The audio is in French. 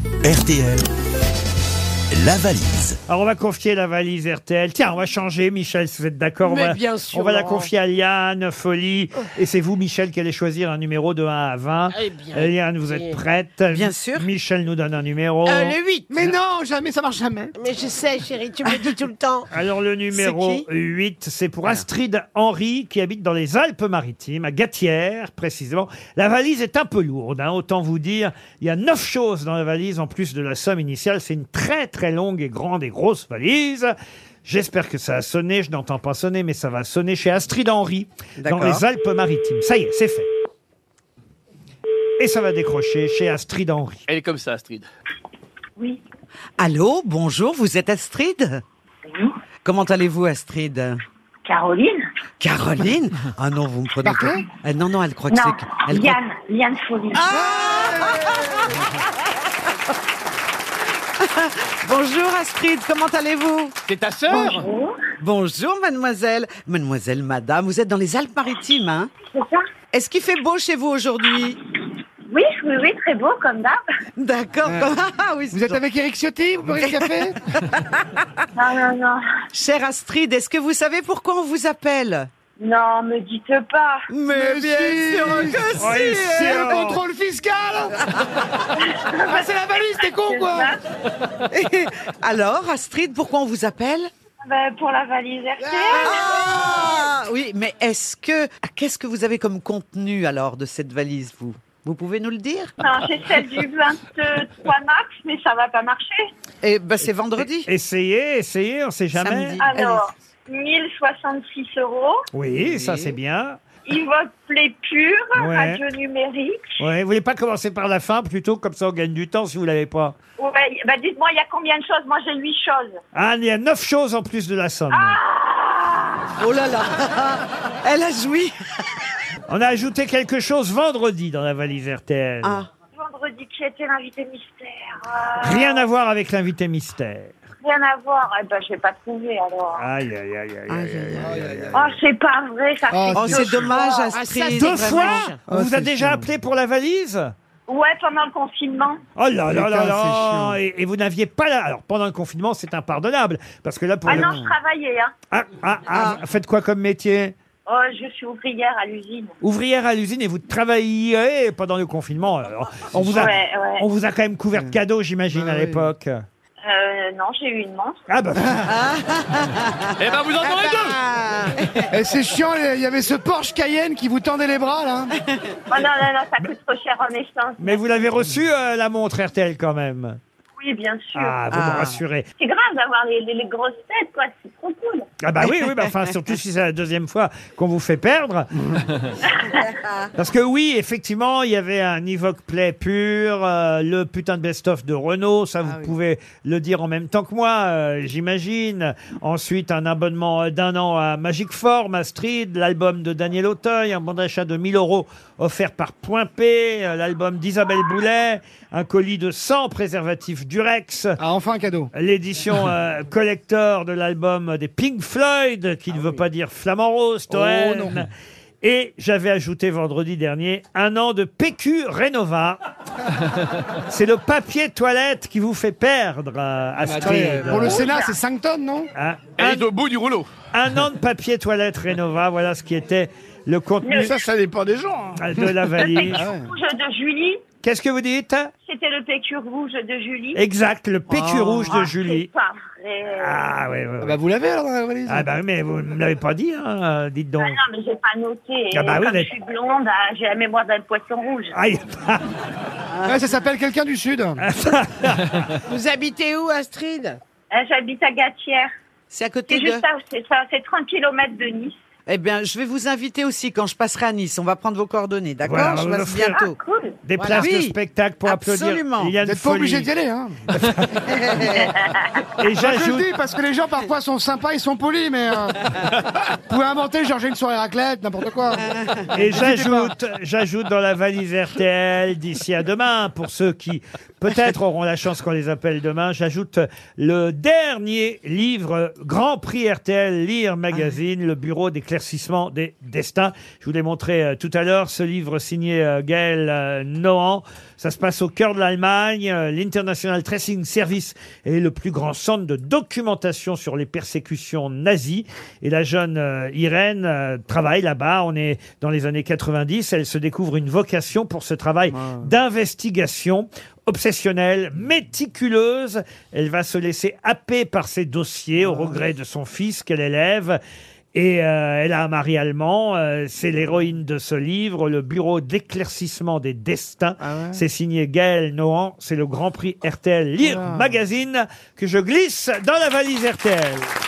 RTL, la valise. Alors on va confier la valise RTL. Tiens, on va changer, Michel, si vous êtes d'accord. Mais bien sûr, On va la Laurent. confier à Liane, Folie. Et c'est vous, Michel, qui allez choisir un numéro de 1 à 20. Eh bien, Liane, vous êtes prête? Bien sûr. Michel nous donne un numéro. Le 8. Mais non, jamais, ça marche jamais. Mais je sais, chérie, tu me le dis tout le temps. Alors le numéro C'est qui 8, c'est pour Astrid Henry qui habite dans les Alpes-Maritimes, à Gatières précisément. La valise est un peu lourde, hein, autant vous dire. Il y a 9 choses dans la valise en plus de la somme initiale. C'est une très très longue et grande et grosse valise. J'espère que ça a sonné, je n'entends pas sonner, mais ça va sonner chez Astrid Henry dans D'accord. les Alpes-Maritimes. Ça y est, c'est fait. Et ça va décrocher chez Astrid Henry. Elle est comme ça, Astrid. Allô, bonjour, vous êtes Astrid? Oui. Comment allez-vous, Astrid? Caroline? Caroline? Ah non, vous me prenez pas. Barclay Non, non, elle croit que Non, c'est... Elle croit- Liane Folie. Bonjour, Astrid, comment allez-vous? C'est ta sœur? Bonjour. Bonjour, mademoiselle. Mademoiselle, madame, vous êtes dans les Alpes-Maritimes, hein? C'est ça? Est-ce qu'il fait beau chez vous aujourd'hui? Oui, oui, oui, très beau comme d'hab. D'accord. Ah oui, Vous êtes avec Eric Ciotti? Vous boirez le café? Non, non, non. Chère Astrid, est-ce que vous savez pourquoi on vous appelle? Non, me dites pas. Mais bien si. sûr que Oh, il si! sait, Le oh. contrôle fiscal. Ah, c'est la valise, t'es con, C'est quoi? ça. Alors, Astrid, pourquoi on vous appelle? Ben, pour la valise RTL. Ah oui, mais qu'est-ce que vous avez comme contenu alors de cette valise, vous? Vous pouvez nous le dire? Non, j'ai celle du 23 mars, mais ça va pas marcher. Eh ben, c'est vendredi. Essayez, on sait jamais. Samedi. Alors, 1066 €. Oui, ça c'est bien. Evoque Play Pur, Ouais. radio numérique. Ouais, vous voulez pas commencer par la fin plutôt, comme ça on gagne du temps si vous l'avez pas. Ouais, bah dites-moi, il y a combien de choses? Moi, j'ai 8 choses. Ah, il y a 9 choses en plus de la somme. Oh là là! Elle a joui! On a ajouté quelque chose vendredi dans la valise RTL. Ah, Vendredi, qui était l'invité mystère? Rien à voir avec l'invité mystère. Rien à voir. Eh ben, je vais pas trouver, alors. Aïe, aïe, aïe, aïe, aïe, aïe, aïe, aïe. Oh, c'est pas vrai, ça Oh, fait oh, deux c'est dommage, fois. Astrid. Deux vraiment. fois Oh, On vous a c'est déjà chiant. appelé pour la valise? Ouais, pendant le confinement. Oh là là là Putain, là c'est chiant. et vous n'aviez pas là. Alors pendant le confinement, c'est impardonnable. Parce que là, pour Ah le- non, je travaillais, hein. Faites quoi comme métier? Oh, je suis ouvrière à l'usine. Ouvrière à l'usine et vous travailliez pendant le confinement. Alors, on vous a quand même couvert de cadeaux, j'imagine, Ah à oui. l'époque. Non, j'ai eu une montre. Ah bah, Eh ben, vous en aurez deux! Et c'est chiant, il y avait ce Porsche Cayenne qui vous tendait les bras, là. Oh non, non, non, ça coûte trop cher en essence. mais vous l'avez reçu, la montre RTL, quand même. Oui, bien sûr. Ah, vous me rassurez. C'est grave d'avoir les grosses têtes, quoi. C'est trop cool. Ah bah oui, bah, enfin, surtout si c'est la deuxième fois qu'on vous fait perdre. Parce que oui, effectivement, il y avait un Evoque Play Pur, le putain de best-of de Renault, ça vous pouvez le dire en même temps que moi, j'imagine. Ensuite, un abonnement d'1 an à Magic Form, Astrid, l'album de Daniel Auteuil, un bon d'achat de 1000 € offert par Point P, l'album d'Isabelle Boulet, un colis de 100 préservatifs Durex, Ah, enfin un cadeau. l'édition collector de l'album des Pink Floyd, qui ne veut pas dire Flamand Rose, Toen. non. Et j'avais ajouté vendredi dernier 1 an de PQ Renova. C'est le papier toilette qui vous fait perdre, Astrid. Attendez, pour le Sénat, c'est 5 tonnes, non? Hein, Elle est au bout du rouleau. 1 an de papier toilette Renova, voilà ce qui était le contenu Ça dépend des gens. de la Le valise. PQ rouge de Julie. Qu'est-ce que vous dites? C'était le PQ rouge de Julie. Exact, le PQ rouge de Ah, Julie. C'est pas vrai. Ah oui, oui, Ah oui. bah, vous l'avez, alors, dans la valise? Ah bah oui, mais vous ne me l'avez pas dit, hein, dites donc. Ah non, mais j'ai pas noté. Ah bah oui, Comme mais- je suis blonde, ah, j'ai la mémoire d'un poisson rouge. Aïe. Ouais, ça s'appelle quelqu'un du Sud. Vous habitez où, Astrid? J'habite à Gatières. C'est à côté C'est de... juste ça, c'est 30 km de Nice. Eh bien, je vais vous inviter aussi quand je passerai à Nice. On va prendre vos coordonnées, d'accord? Voilà, Je on passe va offrir- bientôt. Ah, cool. Des Voilà. places de Oui, spectacle pour absolument. applaudir Liane Vous n'êtes pas obligé Folie. d'y aller, hein. Et Je le j'ajoute... dis parce que les gens parfois sont sympas, ils sont polis, mais vous pouvez inventer genre j'ai une soirée raclette, n'importe quoi. Et j'ajoute dans la valise RTL d'ici à demain, pour ceux qui peut-être auront la chance qu'on les appelle demain, j'ajoute le dernier livre Grand Prix RTL Lire Magazine, le bureau des clercs l'éclaircissement des destins. Je vous l'ai montré tout à l'heure, ce livre signé Gaël Nohan. Ça se passe au cœur de l'Allemagne. L'International Tracing Service est le plus grand centre de documentation sur les persécutions nazies. Et la jeune Irène travaille là-bas. On est dans les années 90. Elle se découvre une vocation pour ce travail d'investigation. Obsessionnelle, méticuleuse, elle va se laisser happer par ses dossiers au regret de son fils qu'elle élève. Et elle a un mari allemand, c'est l'héroïne de ce livre, le Bureau d'éclaircissement des destins. C'est signé Gaël Nohan, c'est le Grand Prix RTL Lire Magazine que je glisse dans la valise RTL.